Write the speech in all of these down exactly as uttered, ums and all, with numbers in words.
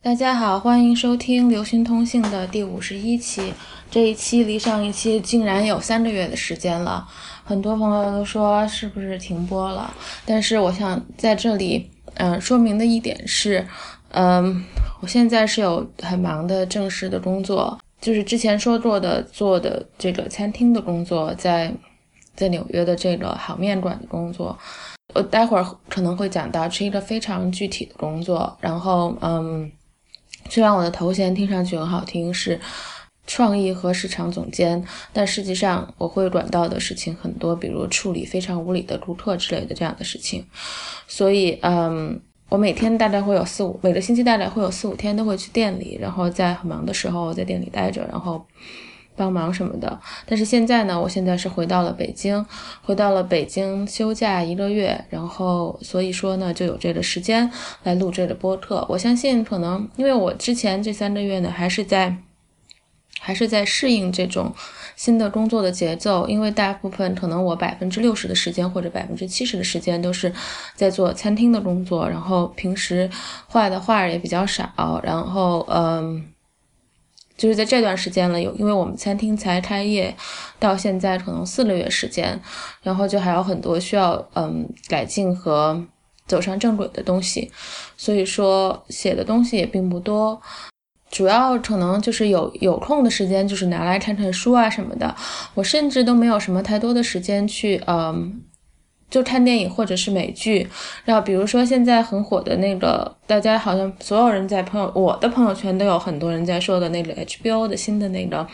大家好，欢迎收听流行通信的第五十一期。这一期离上一期竟然有三个月的时间了，很多朋友都说是不是停播了？但是我想在这里，嗯、呃，说明的一点是，嗯、呃，我现在是有很忙的正式的工作，就是之前说过的做的这个餐厅的工作，在在纽约的这个好面馆的工作。我待会儿可能会讲到是一个非常具体的工作，然后嗯。虽然我的头衔听上去很好听，是创意和市场总监，但实际上我会管到的事情很多，比如处理非常无理的顾客之类的这样的事情。所以嗯，我每天大概会有四五每个星期大概会有四五天都会去店里，然后在很忙的时候在店里待着，然后帮忙什么的。但是现在呢，我现在是回到了北京，回到了北京休假一个月，然后所以说呢，就有这个时间来录这个播客。我相信可能因为我之前这三个月呢，还是在还是在适应这种新的工作的节奏，因为大部分可能我百分之六十的时间或者百分之七十的时间都是在做餐厅的工作，然后平时画的画也比较少，然后嗯。就是在这段时间了，有因为我们餐厅才开业到现在可能四个月时间，然后就还有很多需要嗯改进和走上正轨的东西，所以说写的东西也并不多，主要可能就是有有空的时间就是拿来看看书啊什么的，我甚至都没有什么太多的时间去嗯。就看电影或者是美剧，然后比如说现在很火的那个，大家好像所有人在朋友我的朋友圈都有很多人在说的那个 H B O 的新的那个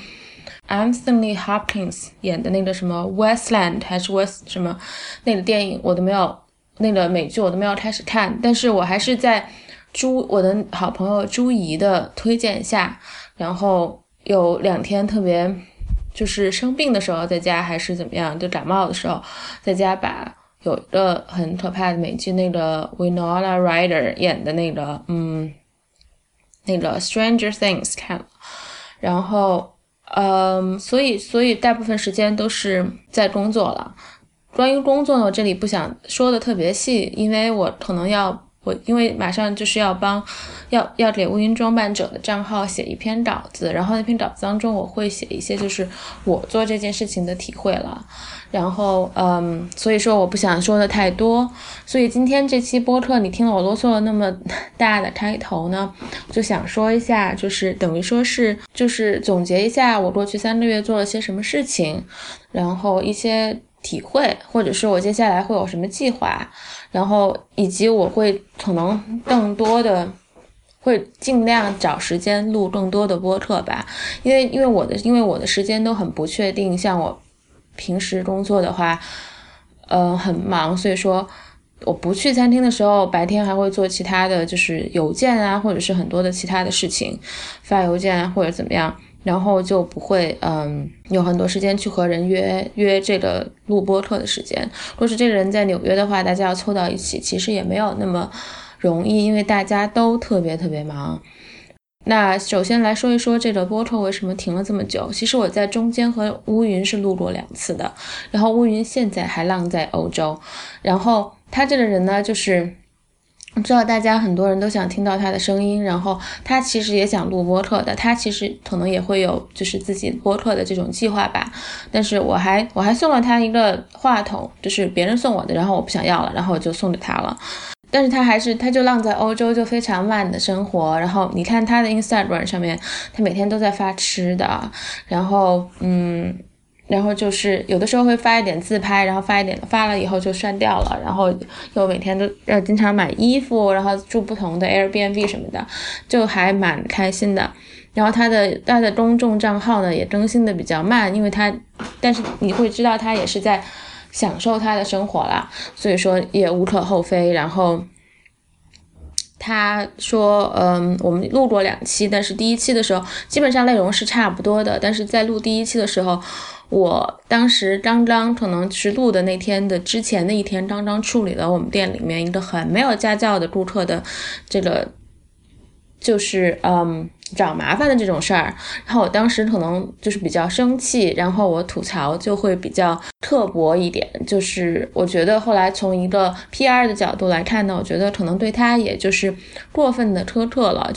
Anthony Hopkins 演的那个什么 Westland 还是 West 什么那个电影，我都没有那个美剧我都没有开始看，但是我还是在朱我的好朋友朱怡的推荐下，然后有两天特别就是生病的时候在家还是怎么样，就感冒的时候在家把有一个很可怕的美剧，那个 Winona Ryder 演的那个嗯那个 Stranger Things 看了，然后嗯所以所以大部分时间都是在工作了。关于工作呢，我这里不想说的特别细，因为我可能要我因为马上就是要帮要要给无云装扮者的账号写一篇稿子，然后那篇稿子当中我会写一些就是我做这件事情的体会了，然后嗯，所以说我不想说的太多，所以今天这期播客你听了我啰嗦了那么大的开头呢，就想说一下，就是等于说是就是总结一下我过去三个月做了些什么事情，然后一些体会，或者是我接下来会有什么计划，然后以及我会可能更多的会尽量找时间录更多的播客吧，因为因为我的因为我的时间都很不确定，像我平时工作的话呃很忙，所以说我不去餐厅的时候白天还会做其他的就是邮件啊，或者是很多的其他的事情，发邮件啊或者怎么样，然后就不会嗯有很多时间去和人约约这个录播客的时间。如果是这个人在纽约的话，大家要凑到一起其实也没有那么容易，因为大家都特别特别忙。那首先来说一说这个播客为什么停了这么久。其实我在中间和乌云是录过两次的，然后乌云现在还浪在欧洲，然后他这个人呢就是我知道大家很多人都想听到他的声音，然后他其实也想录播客的，他其实可能也会有就是自己播客的这种计划吧，但是我还我还送了他一个话筒，就是别人送我的，然后我不想要了，然后我就送给他了。但是他还是他就浪在欧洲，就非常慢的生活，然后你看他的 Instagram 上面他每天都在发吃的，然后嗯然后就是有的时候会发一点自拍，然后发一点发了以后就删掉了，然后又每天都要经常买衣服，然后住不同的 Airbnb 什么的，就还蛮开心的。然后他的他的公众账号呢也更新的比较慢，因为他但是你会知道他也是在享受他的生活啦，所以说也无可厚非。然后他说嗯，我们录过两期，但是第一期的时候基本上内容是差不多的，但是在录第一期的时候，我当时刚刚可能是录的那天的之前的一天刚刚处理了我们店里面一个很没有家教的顾客的这个就是嗯找麻烦的这种事儿，然后我当时可能就是比较生气，然后我吐槽就会比较刻薄一点，就是我觉得后来从一个 P R 的角度来看呢，我觉得可能对他也就是过分的苛刻了，就是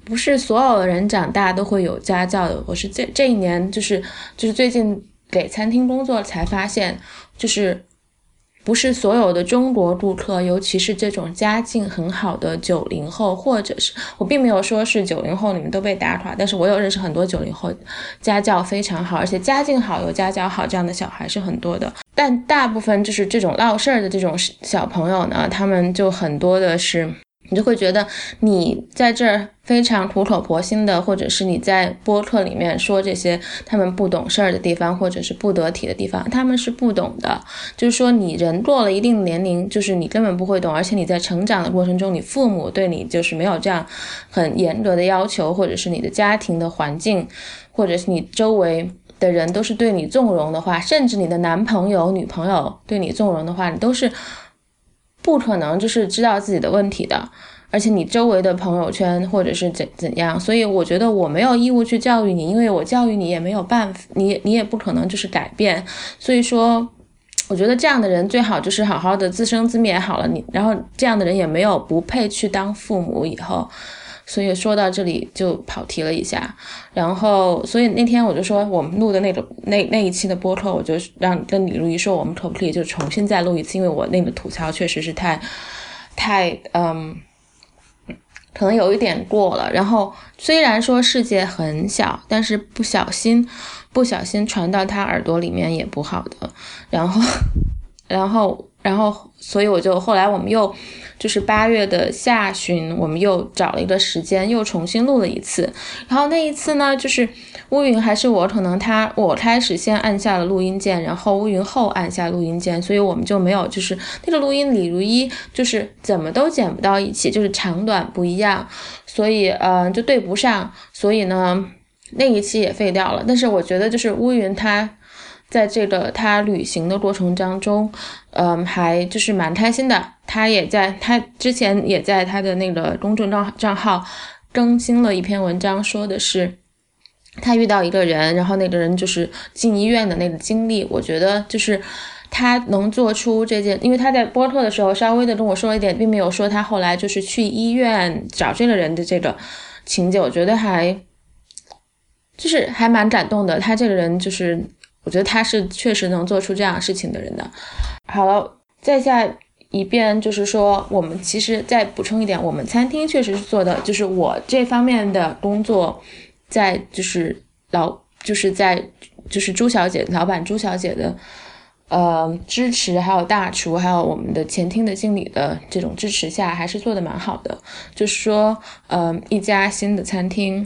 不是所有的人长大都会有家教的。我是这这一年就是就是最近给餐厅工作才发现，就是不是所有的中国顾客，尤其是这种家境很好的九零后，或者是我并没有说是九零后你们都被打垮，但是我有认识很多九零后家教非常好，而且家境好有家教好这样的小孩是很多的。但大部分就是这种闹事儿的这种小朋友呢，他们就很多的是你就会觉得你在这儿非常苦口婆心的，或者是你在播客里面说这些他们不懂事儿的地方，或者是不得体的地方，他们是不懂的。就是说你人过了一定年龄，就是你根本不会懂，而且你在成长的过程中，你父母对你就是没有这样很严格的要求，或者是你的家庭的环境，或者是你周围的人都是对你纵容的话，甚至你的男朋友女朋友对你纵容的话，你都是不可能就是知道自己的问题的，而且你周围的朋友圈或者是怎怎样。所以我觉得我没有义务去教育你，因为我教育你也没有办法，你你也不可能就是改变。所以说我觉得这样的人最好就是好好的自生自灭好了，你然后这样的人也没有不配去当父母以后。所以说到这里就跑题了一下，然后所以那天我就说我们录的那个那那一期的播客，我就让跟李如一说我们可不可以就重新再录一次，因为我那个吐槽确实是太太嗯可能有一点过了。然后虽然说世界很小，但是不小心不小心传到他耳朵里面也不好的。然后然后然后所以我就后来我们又就是八月的下旬，我们又找了一个时间又重新录了一次。然后那一次呢，就是乌云还是我可能他我开始先按下了录音键，然后乌云后按下录音键，所以我们就没有就是那个录音李如一就是怎么都剪不到一起，就是长短不一样，所以呃就对不上，所以呢那一期也废掉了。但是我觉得就是乌云他在这个他旅行的过程当中嗯，还就是蛮开心的。他也在他之前也在他的那个公众账号更新了一篇文章，说的是他遇到一个人，然后那个人就是进医院的那个经历。我觉得就是他能做出这件，因为他在播客的时候稍微的跟我说了一点，并没有说他后来就是去医院找这个人的这个情节，我觉得还就是还蛮感动的。他这个人就是我觉得他是确实能做出这样的事情的人的。好了，再下一遍就是说我们其实再补充一点，我们餐厅确实是做的，就是我这方面的工作在就是老就是在就是朱小姐老板朱小姐的呃支持，还有大厨还有我们的前厅的经理的这种支持下，还是做的蛮好的。就是说呃一家新的餐厅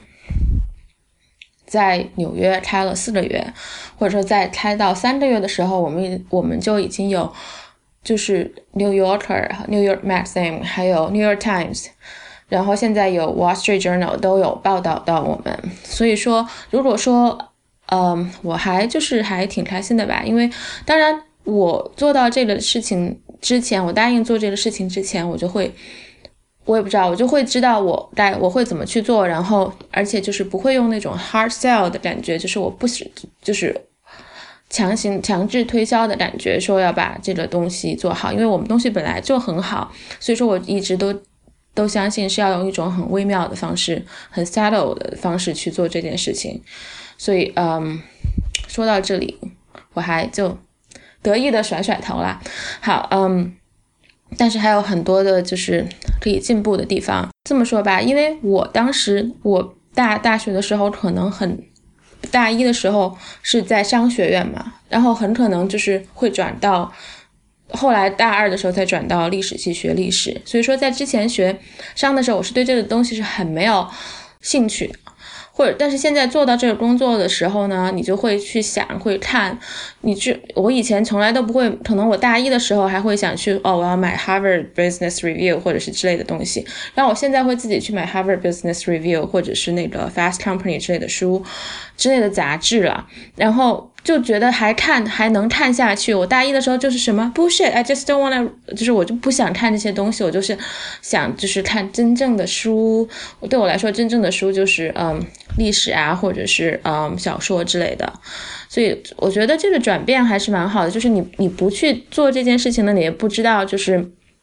在纽约开了四个月，或者说在开到三个月的时候，我们我们就已经有就是 New Yorker、New York Magazine 还有 New York Times， 然后现在有 Wall Street Journal 都有报道到我们。所以说如果说嗯，我还就是还挺开心的吧，因为当然我做到这个事情之前，我答应做这个事情之前，我就会我也不知道，我就会知道我该我会怎么去做，然后而且就是不会用那种 hard sell 的感觉，就是我不是就是强行强制推销的感觉，说要把这个东西做好，因为我们东西本来就很好，所以说我一直都都相信是要用一种很微妙的方式，很 subtle 的方式去做这件事情。所以嗯，说到这里我还就得意的甩甩头啦。好，嗯但是还有很多的就是可以进步的地方。这么说吧，因为我当时我大大学的时候可能很大一的时候是在商学院嘛，然后很可能就是会转到后来大二的时候才转到历史系学历史，所以说在之前学商的时候我是对这个东西是很没有兴趣的，或者但是现在做到这个工作的时候呢，你就会去想会看，你去我以前从来都不会，可能我大一的时候还会想去哦我要买 Harvard Business Review 或者是之类的东西，然后我现在会自己去买 Harvard Business Review 或者是那个 Fast Company 之类的书之类的杂志了，然后就觉得还看还能看下去。我大一的时候就是什么 bullshit I just don't wanna， 就是我就不想看这些东西，我就是想就是看真正的书。对我来说真正的书就是嗯历史啊或者是嗯小说之类的。所以我觉得这个转变还是蛮好的，就是你你不去做这件事情呢，你也不知道就是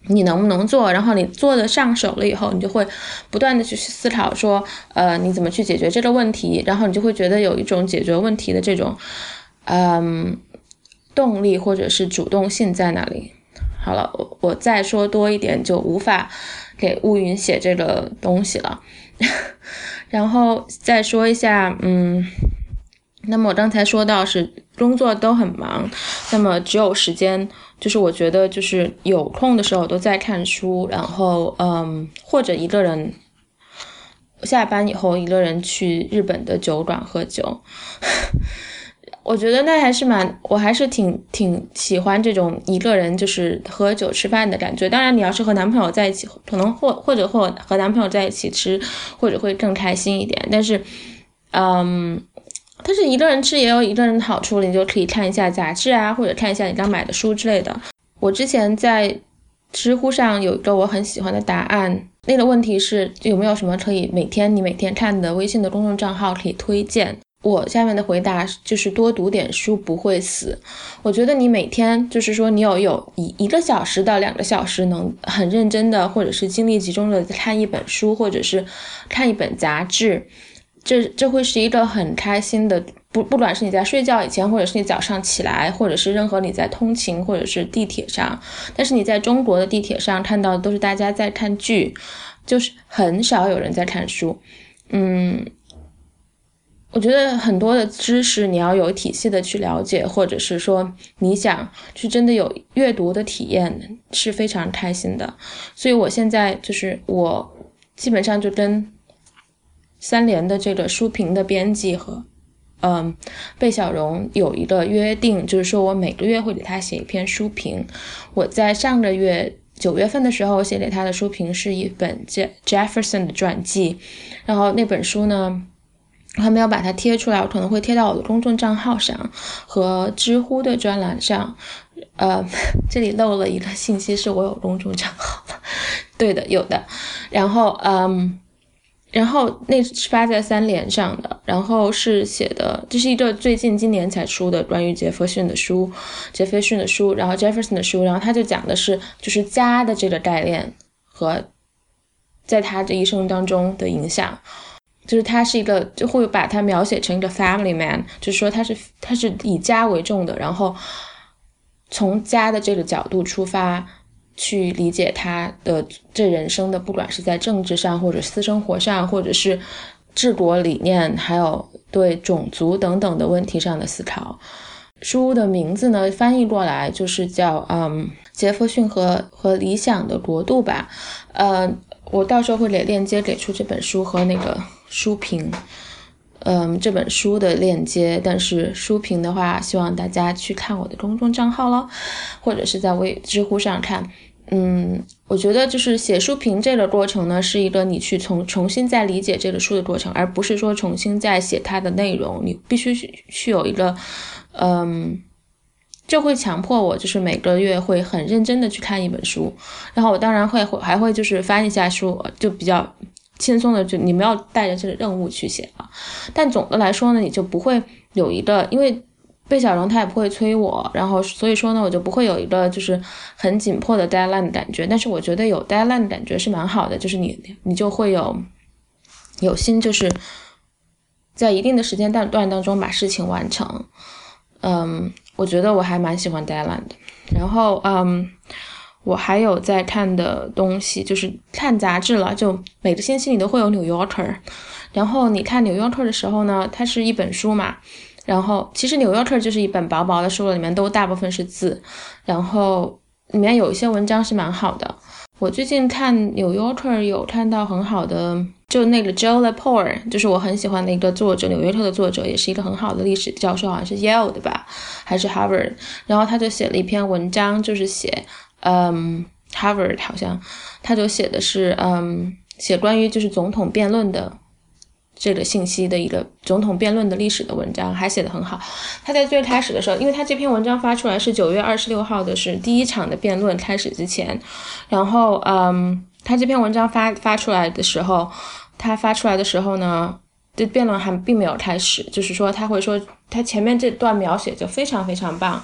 你能不能做，然后你做的上手了以后，你就会不断的去思考说，呃，你怎么去解决这个问题，然后你就会觉得有一种解决问题的这种，嗯，动力或者是主动性在那里。好了，我我再说多一点就无法给乌云写这个东西了。然后再说一下，嗯，那么我刚才说到是工作都很忙，那么只有时间，就是我觉得就是有空的时候都在看书，然后嗯，或者一个人下班以后一个人去日本的酒馆喝酒。我觉得那还是蛮，我还是挺挺喜欢这种一个人就是喝酒吃饭的感觉。当然你要是和男朋友在一起，可能或或者或和男朋友在一起吃，或者会更开心一点。但是嗯但是一个人吃也有一个人的好处，你就可以看一下杂志啊，或者看一下你刚买的书之类的。我之前在知乎上有一个我很喜欢的答案，那个问题是有没有什么可以每天你每天看的微信的公众账号可以推荐。我下面的回答就是多读点书不会死。我觉得你每天就是说你有有一一个小时到两个小时能很认真的或者是精力集中的看一本书，或者是看一本杂志，这这会是一个很开心的，不不管是你在睡觉以前，或者是你早上起来，或者是任何你在通勤或者是地铁上。但是你在中国的地铁上看到的都是大家在看剧，就是很少有人在看书。嗯我觉得很多的知识你要有体系的去了解，或者是说你想去真的有阅读的体验，是非常开心的。所以我现在就是我基本上就跟三联的这个书评的编辑和嗯贝小荣有一个约定，就是说我每个月会给他写一篇书评。我在上个月九月份的时候写给他的书评是一本 Jefferson 的传记，然后那本书呢我还没有把它贴出来，我可能会贴到我的公众账号上和知乎的专栏上。呃，这里漏了一个信息，是我有公众账号了。对的，有的。然后，嗯，然后那是发在三联上的，然后是写的，这是一个最近今年才出的关于杰弗逊的书，杰弗逊的书，然后 Jefferson 的书，然后他就讲的是就是家的这个概念和在他这一生当中的影响。就是他是一个，就会把他描写成一个 family man， 就是说他是他是以家为重的，然后从家的这个角度出发去理解他的这人生的，不管是在政治上或者私生活上，或者是治国理念，还有对种族等等的问题上的思考。书的名字呢翻译过来就是叫嗯杰弗逊和和理想的国度吧。呃我到时候会给链接给出这本书和那个书评，嗯，这本书的链接。但是书评的话，希望大家去看我的公众账号咯，或者是在微知乎上看。嗯，我觉得就是写书评这个过程呢，是一个你去重重新再理解这个书的过程，而不是说重新再写它的内容。你必须去有一个，嗯。这会强迫我就是每个月会很认真的去看一本书，然后我当然会还会就是翻一下书，就比较轻松的，就你们要带着这个任务去写啊。但总的来说呢，你就不会有一个，因为贝小荣他也不会催我，然后所以说呢我就不会有一个就是很紧迫的 deadline 的感觉。但是我觉得有 deadline 的感觉是蛮好的，就是你你就会有有心，就是在一定的时间段当中把事情完成。嗯，我觉得我还蛮喜欢 deadline 的。然后嗯，我还有在看的东西就是看杂志了，就每个星期你都会有 New Yorker， 然后你看 New Yorker 的时候呢，它是一本书嘛，然后其实 New Yorker 就是一本薄薄的书了，里面都大部分是字，然后里面有一些文章是蛮好的。我最近看 New Yorker 有看到很好的，就那个 Joe Lepore， 就是我很喜欢的一个作者，纽约客的作者，也是一个很好的历史教授，好像是 Yale 的吧，还是 Harvard。然后他就写了一篇文章，就是写嗯 Harvard 好像，他就写的是嗯写关于就是总统辩论的这个信息的一个总统辩论的历史的文章，还写得很好。他在最开始的时候，因为他这篇文章发出来是九月二十六号的，是第一场的辩论开始之前，然后嗯他这篇文章发发出来的时候他发出来的时候呢，这辩论还并没有开始，就是说他会说他前面这段描写就非常非常棒，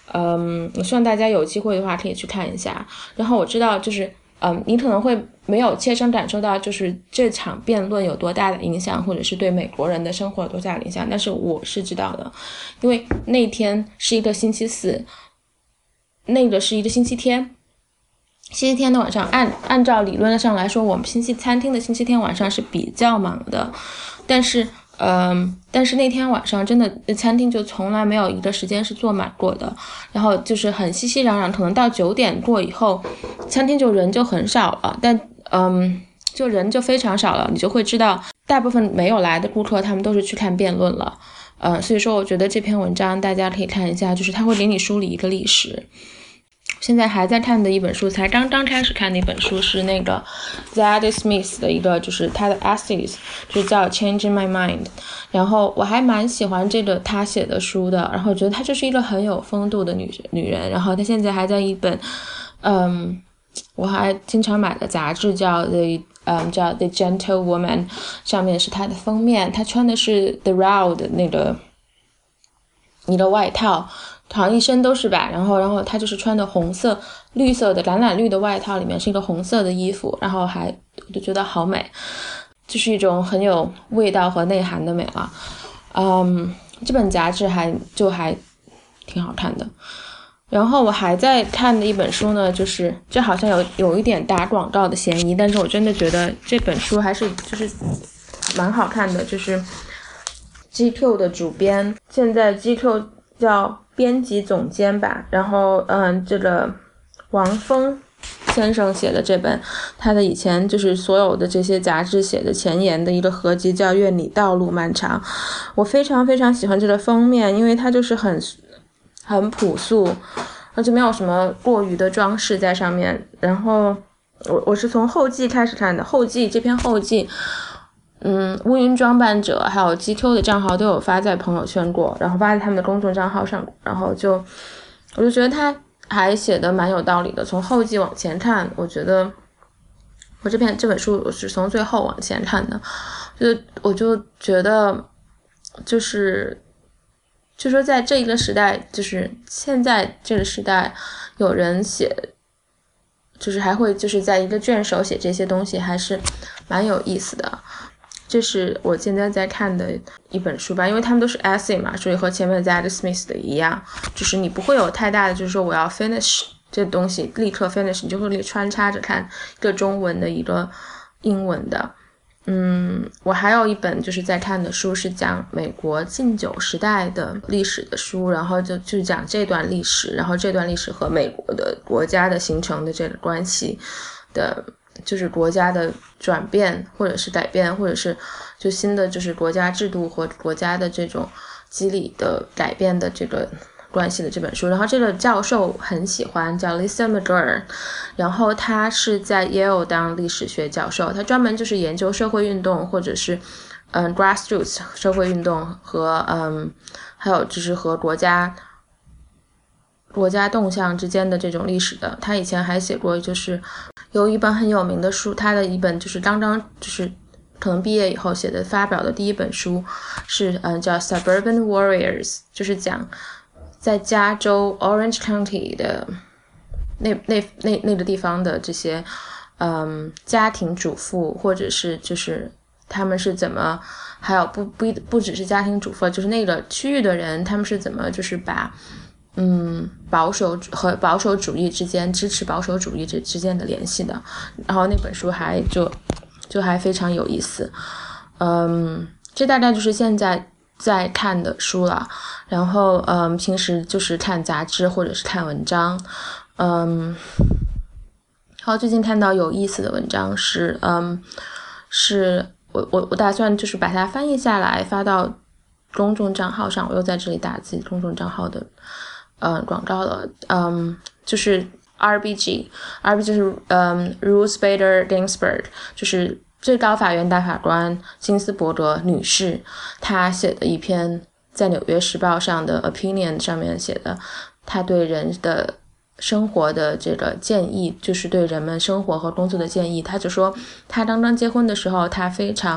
嗯，我希望大家有机会的话可以去看一下。然后我知道就是嗯，你可能会没有切身感受到就是这场辩论有多大的影响，或者是对美国人的生活有多大的影响，但是我是知道的，因为那天是一个星期四，那个是一个星期天，星期天的晚上按按照理论上来说，我们星期餐厅的星期天晚上是比较忙的，但是嗯，但是那天晚上真的餐厅就从来没有一个时间是坐满过的，然后就是很熙熙攘攘，可能到九点过以后餐厅就人就很少了，但嗯，就人就非常少了，你就会知道大部分没有来的顾客他们都是去看辩论了。呃，所以说我觉得这篇文章大家可以看一下，就是它会给你梳理一个历史。现在还在看的一本书，才刚刚开始看的一本书是那个 Zadie Smith 的一个，就是他的 essays， 就是叫 Changing My Mind。然后我还蛮喜欢这个他写的书的，然后我觉得她就是一个很有风度的女女人。然后她现在还在一本，嗯，我还经常买的杂志叫 The 嗯叫 The Gentle Woman， 上面是她的封面，她穿的是 The Row 的那个一个外套。好像一身都是吧，然后然后他就是穿的红色绿色的橄榄绿的外套，里面是一个红色的衣服，然后还我就觉得好美，就是一种很有味道和内涵的美了。嗯，这本杂志还就还挺好看的。然后我还在看的一本书呢，就是这好像有有一点打广告的嫌疑，但是我真的觉得这本书还是就是蛮好看的，就是 G Q 的主编，现在 G Q 叫编辑总监吧，然后嗯，这个王峰先生写的这本，他的以前就是所有的这些杂志写的前言的一个合集叫《愿你道路漫长》，我非常非常喜欢这个封面，因为它就是很很朴素，而且没有什么过于的装饰在上面。然后我我是从后记开始看的，后记这篇后记。嗯，乌云装扮者还有 G Q 的账号都有发在朋友圈过，然后发在他们的公众账号上，然后就我就觉得他还写的蛮有道理的。从后记往前看，我觉得我这篇这本书我是从最后往前看的，就我就觉得就是就说在这一个时代，就是现在这个时代有人写，就是还会就是在一个卷首写这些东西，还是蛮有意思的。这是我现在在看的一本书吧，因为他们都是 essay 嘛，所以和前面的 Zadie Smith 的一样，就是你不会有太大的就是说我要 finish 这东西立刻 finish， 你就会穿插着看一个中文的一个英文的。嗯，我还有一本就是在看的书是讲美国禁酒时代的历史的书，然后就就讲这段历史，然后这段历史和美国的国家的形成的这个关系的，就是国家的转变或者是改变，或者是就新的就是国家制度和国家的这种机理的改变的这个关系的这本书。然后这个教授很喜欢，叫 Lisa McGurk， 然后他是在 Yale 当历史学教授，他专门就是研究社会运动或者是嗯 grassroots 社会运动和嗯还有就是和国家国家动向之间的这种历史的。他以前还写过就是有一本很有名的书，他的一本就是刚刚就是可能毕业以后写的发表的第一本书是嗯叫 Suburban Warriors， 就是讲在加州 Orange County 的那那那那个地方的这些嗯家庭主妇，或者是就是他们是怎么，还有不不不只是家庭主妇，就是那个区域的人他们是怎么就是把嗯保守和保守主义之间支持保守主义之之间的联系的。然后那本书还就就还非常有意思。嗯，这大概就是现在在看的书了。然后嗯，平时就是看杂志或者是看文章。嗯，然后最近看到有意思的文章是嗯是我我我打算就是把它翻译下来发到公众账号上，我又在这里打自己公众账号的呃广告了。嗯，就是 R B G R B G 就是嗯 Ruth Bader Ginsburg， 就是最高法院大法官金斯伯格女士，她写的一篇在纽约时报上的 opinion 上面写的，她对人的生活的这个建议，就是对人们生活和工作的建议。她就说她刚刚结婚的时候，她非常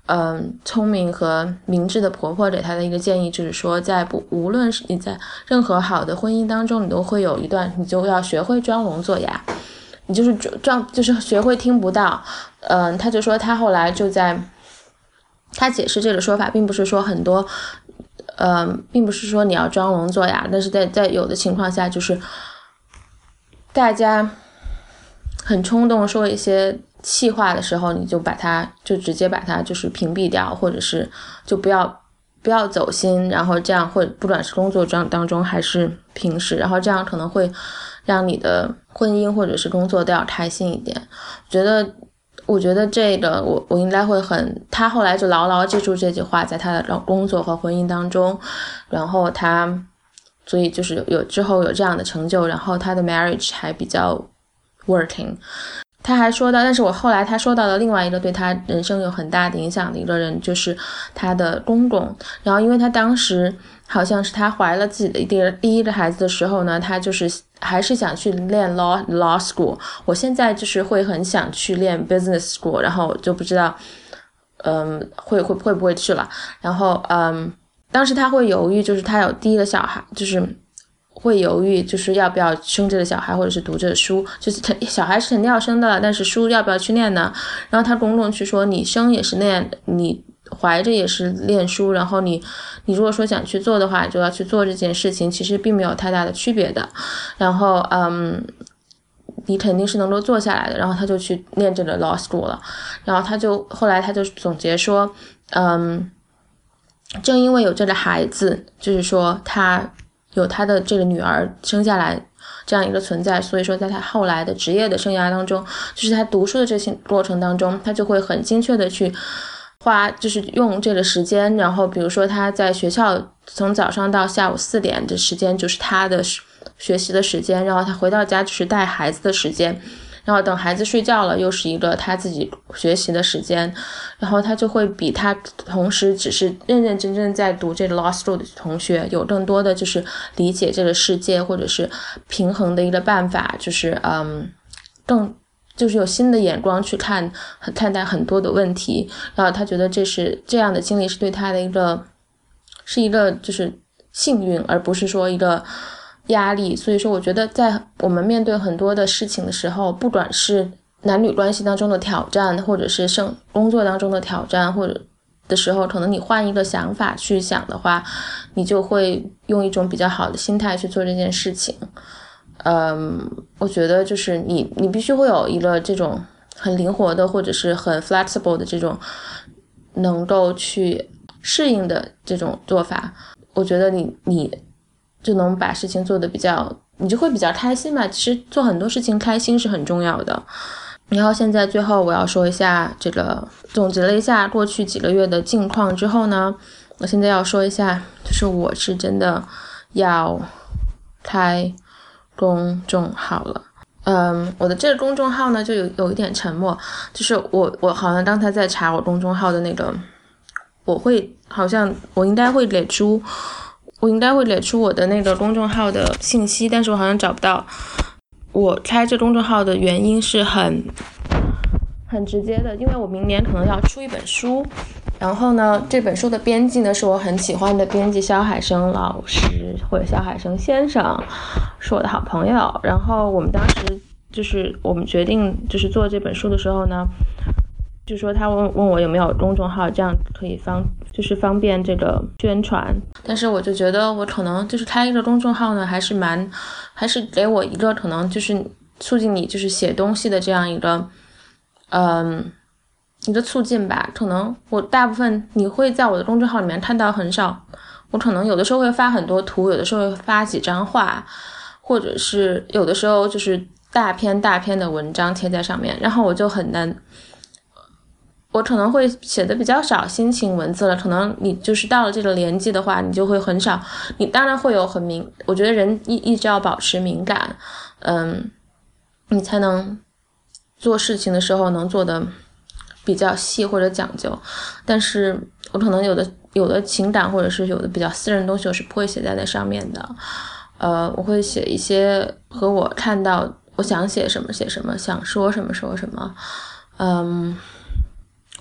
嗯，聪明和明智的婆婆给她的一个建议就是说，在不无论是你在任何好的婚姻当中，你都会有一段，你就要学会装聋作哑，你就是装，就是学会听不到。嗯，他就说他后来就在，他解释这个说法，并不是说很多，嗯，并不是说你要装聋作哑，但是在在有的情况下，就是大家很冲动说一些气话的时候，你就把它就直接把它就是屏蔽掉，或者是就不要不要走心，然后这样会不管是工作当中还是平时，然后这样可能会让你的婚姻或者是工作都要开心一点。我觉得我觉得这个我我应该会很，他后来就牢牢记住这句话，在他的工作和婚姻当中，然后他所以就是有之后有这样的成就，然后他的 marriage 还比较 working。他还说到，但是我后来他说到了另外一个对他人生有很大的影响的一个人，就是他的公公。然后因为他当时好像是他怀了自己的第第一个孩子的时候呢，他就是还是想去练 law law school。我现在就是会很想去练 business school， 然后就不知道嗯会会会不会去了。然后嗯当时他会犹豫，就是他有第一个小孩，就是会犹豫就是要不要生这个小孩或者是读这个书，就是小孩是肯定要生的，但是书要不要去念呢？然后他公公去说，你生也是念，你怀着也是练书，然后你你如果说想去做的话，就要去做这件事情，其实并没有太大的区别的。然后嗯你肯定是能够做下来的。然后他就去念这个 law school 了。然后他就后来他就总结说，嗯正因为有这个孩子，就是说他有他的这个女儿生下来这样一个存在，所以说在他后来的职业的生涯当中，就是他读书的这些过程当中，他就会很精确的去花，就是用这个时间，然后比如说他在学校从早上到下午四点的时间就是他的学习的时间，然后他回到家就是带孩子的时间，然后等孩子睡觉了又是一个他自己学习的时间，然后他就会比他同时只是认认真真在读这个 law school 的同学有更多的就是理解这个世界或者是平衡的一个办法，就是嗯更就是有新的眼光去看看待很多的问题。然后他觉得这是这样的经历是对他的一个是一个就是幸运，而不是说一个压力。所以说我觉得在我们面对很多的事情的时候，不管是男女关系当中的挑战，或者是生工作当中的挑战，或者的时候，可能你换一个想法去想的话，你就会用一种比较好的心态去做这件事情。嗯，我觉得就是你你必须会有一个这种很灵活的或者是很 flexible 的这种能够去适应的这种做法，我觉得你你就能把事情做得比较，你就会比较开心嘛。其实做很多事情开心是很重要的。然后现在最后我要说一下这个总结了一下过去几个月的近况之后呢，我现在要说一下，就是我是真的要开公众号了。嗯，我的这个公众号呢就有有一点沉默，就是我我好像刚才在查我公众号的那个，我会好像我应该会列出我应该会列出我的那个公众号的信息，但是我好像找不到。我开这公众号的原因是很很直接的，因为我明年可能要出一本书，然后呢这本书的编辑呢是我很喜欢的编辑肖海生老师或者肖海生先生，是我的好朋友。然后我们当时就是我们决定就是做这本书的时候呢，就说他问问我有没有公众号，这样可以方就是方便这个宣传。但是我就觉得我可能就是开一个公众号呢还是蛮还是给我一个可能就是促进你就是写东西的这样一个嗯一个促进吧。可能我大部分你会在我的公众号里面看到很少，我可能有的时候会发很多图，有的时候会发几张画，或者是有的时候就是大篇大篇的文章贴在上面，然后我就很难我可能会写的比较少心情文字了。可能你就是到了这个年纪的话，你就会很少，你当然会有很敏，我觉得人一一直要保持敏感，嗯，你才能做事情的时候能做的比较细或者讲究。但是我可能有的有的情感或者是有的比较私人的东西我是不会写在那上面的。呃，我会写一些和我看到我想写什么写什么，想说什么说什么。嗯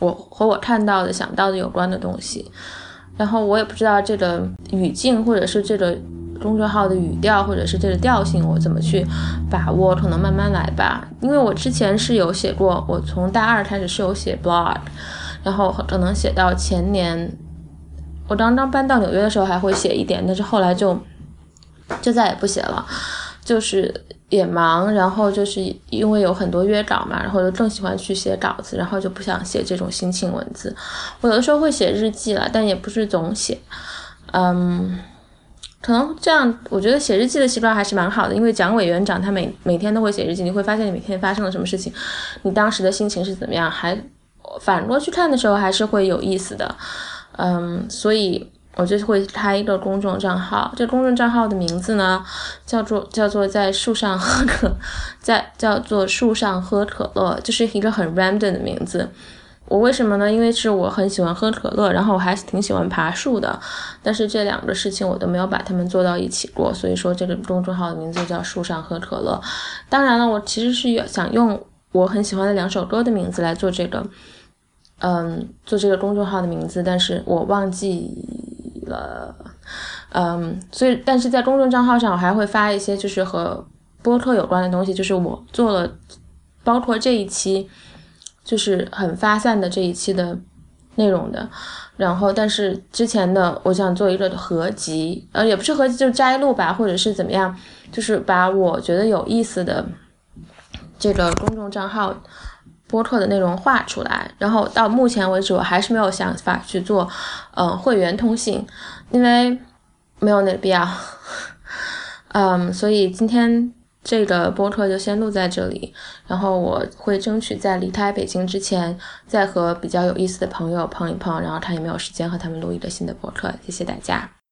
我和我看到的想到的有关的东西，然后我也不知道这个语境或者是这个公众号的语调或者是这个调性我怎么去把握，可能慢慢来吧。因为我之前是有写过，我从大二开始是有写 blog， 然后可能写到前年我刚刚搬到纽约的时候还会写一点，但是后来就就再也不写了，就是也忙，然后就是因为有很多约稿嘛，然后就更喜欢去写稿子，然后就不想写这种心情文字。我有的时候会写日记了，但也不是总写。嗯，可能这样我觉得写日记的习惯还是蛮好的，因为蒋委员长他每每天都会写日记，你会发现你每天发生了什么事情，你当时的心情是怎么样，还反过去看的时候还是会有意思的。嗯，所以我就会开一个公众账号，这个公众账号的名字呢叫做叫做在树上喝可在叫做树上喝可乐，就是一个很 random 的名字。我为什么呢？因为是我很喜欢喝可乐，然后我还挺喜欢爬树的，但是这两个事情我都没有把它们做到一起过，所以说这个公众号的名字叫树上喝可乐。当然了，我其实是想用我很喜欢的两首歌的名字来做这个嗯，做这个公众号的名字，但是我忘记了，嗯，所以但是在公众账号上我还会发一些就是和播客有关的东西，就是我做了包括这一期就是很发散的这一期的内容的，然后但是之前的我想做一个合集，呃，也不是合集，就是摘录吧，或者是怎么样，就是把我觉得有意思的这个公众账号播客的内容画出来，然后到目前为止我还是没有想法去做嗯会员通信，因为没有那个必要。嗯，所以今天这个播客就先录在这里，然后我会争取在离开北京之前再和比较有意思的朋友碰一碰，然后看有没有时间和他们录一个新的播客。谢谢大家。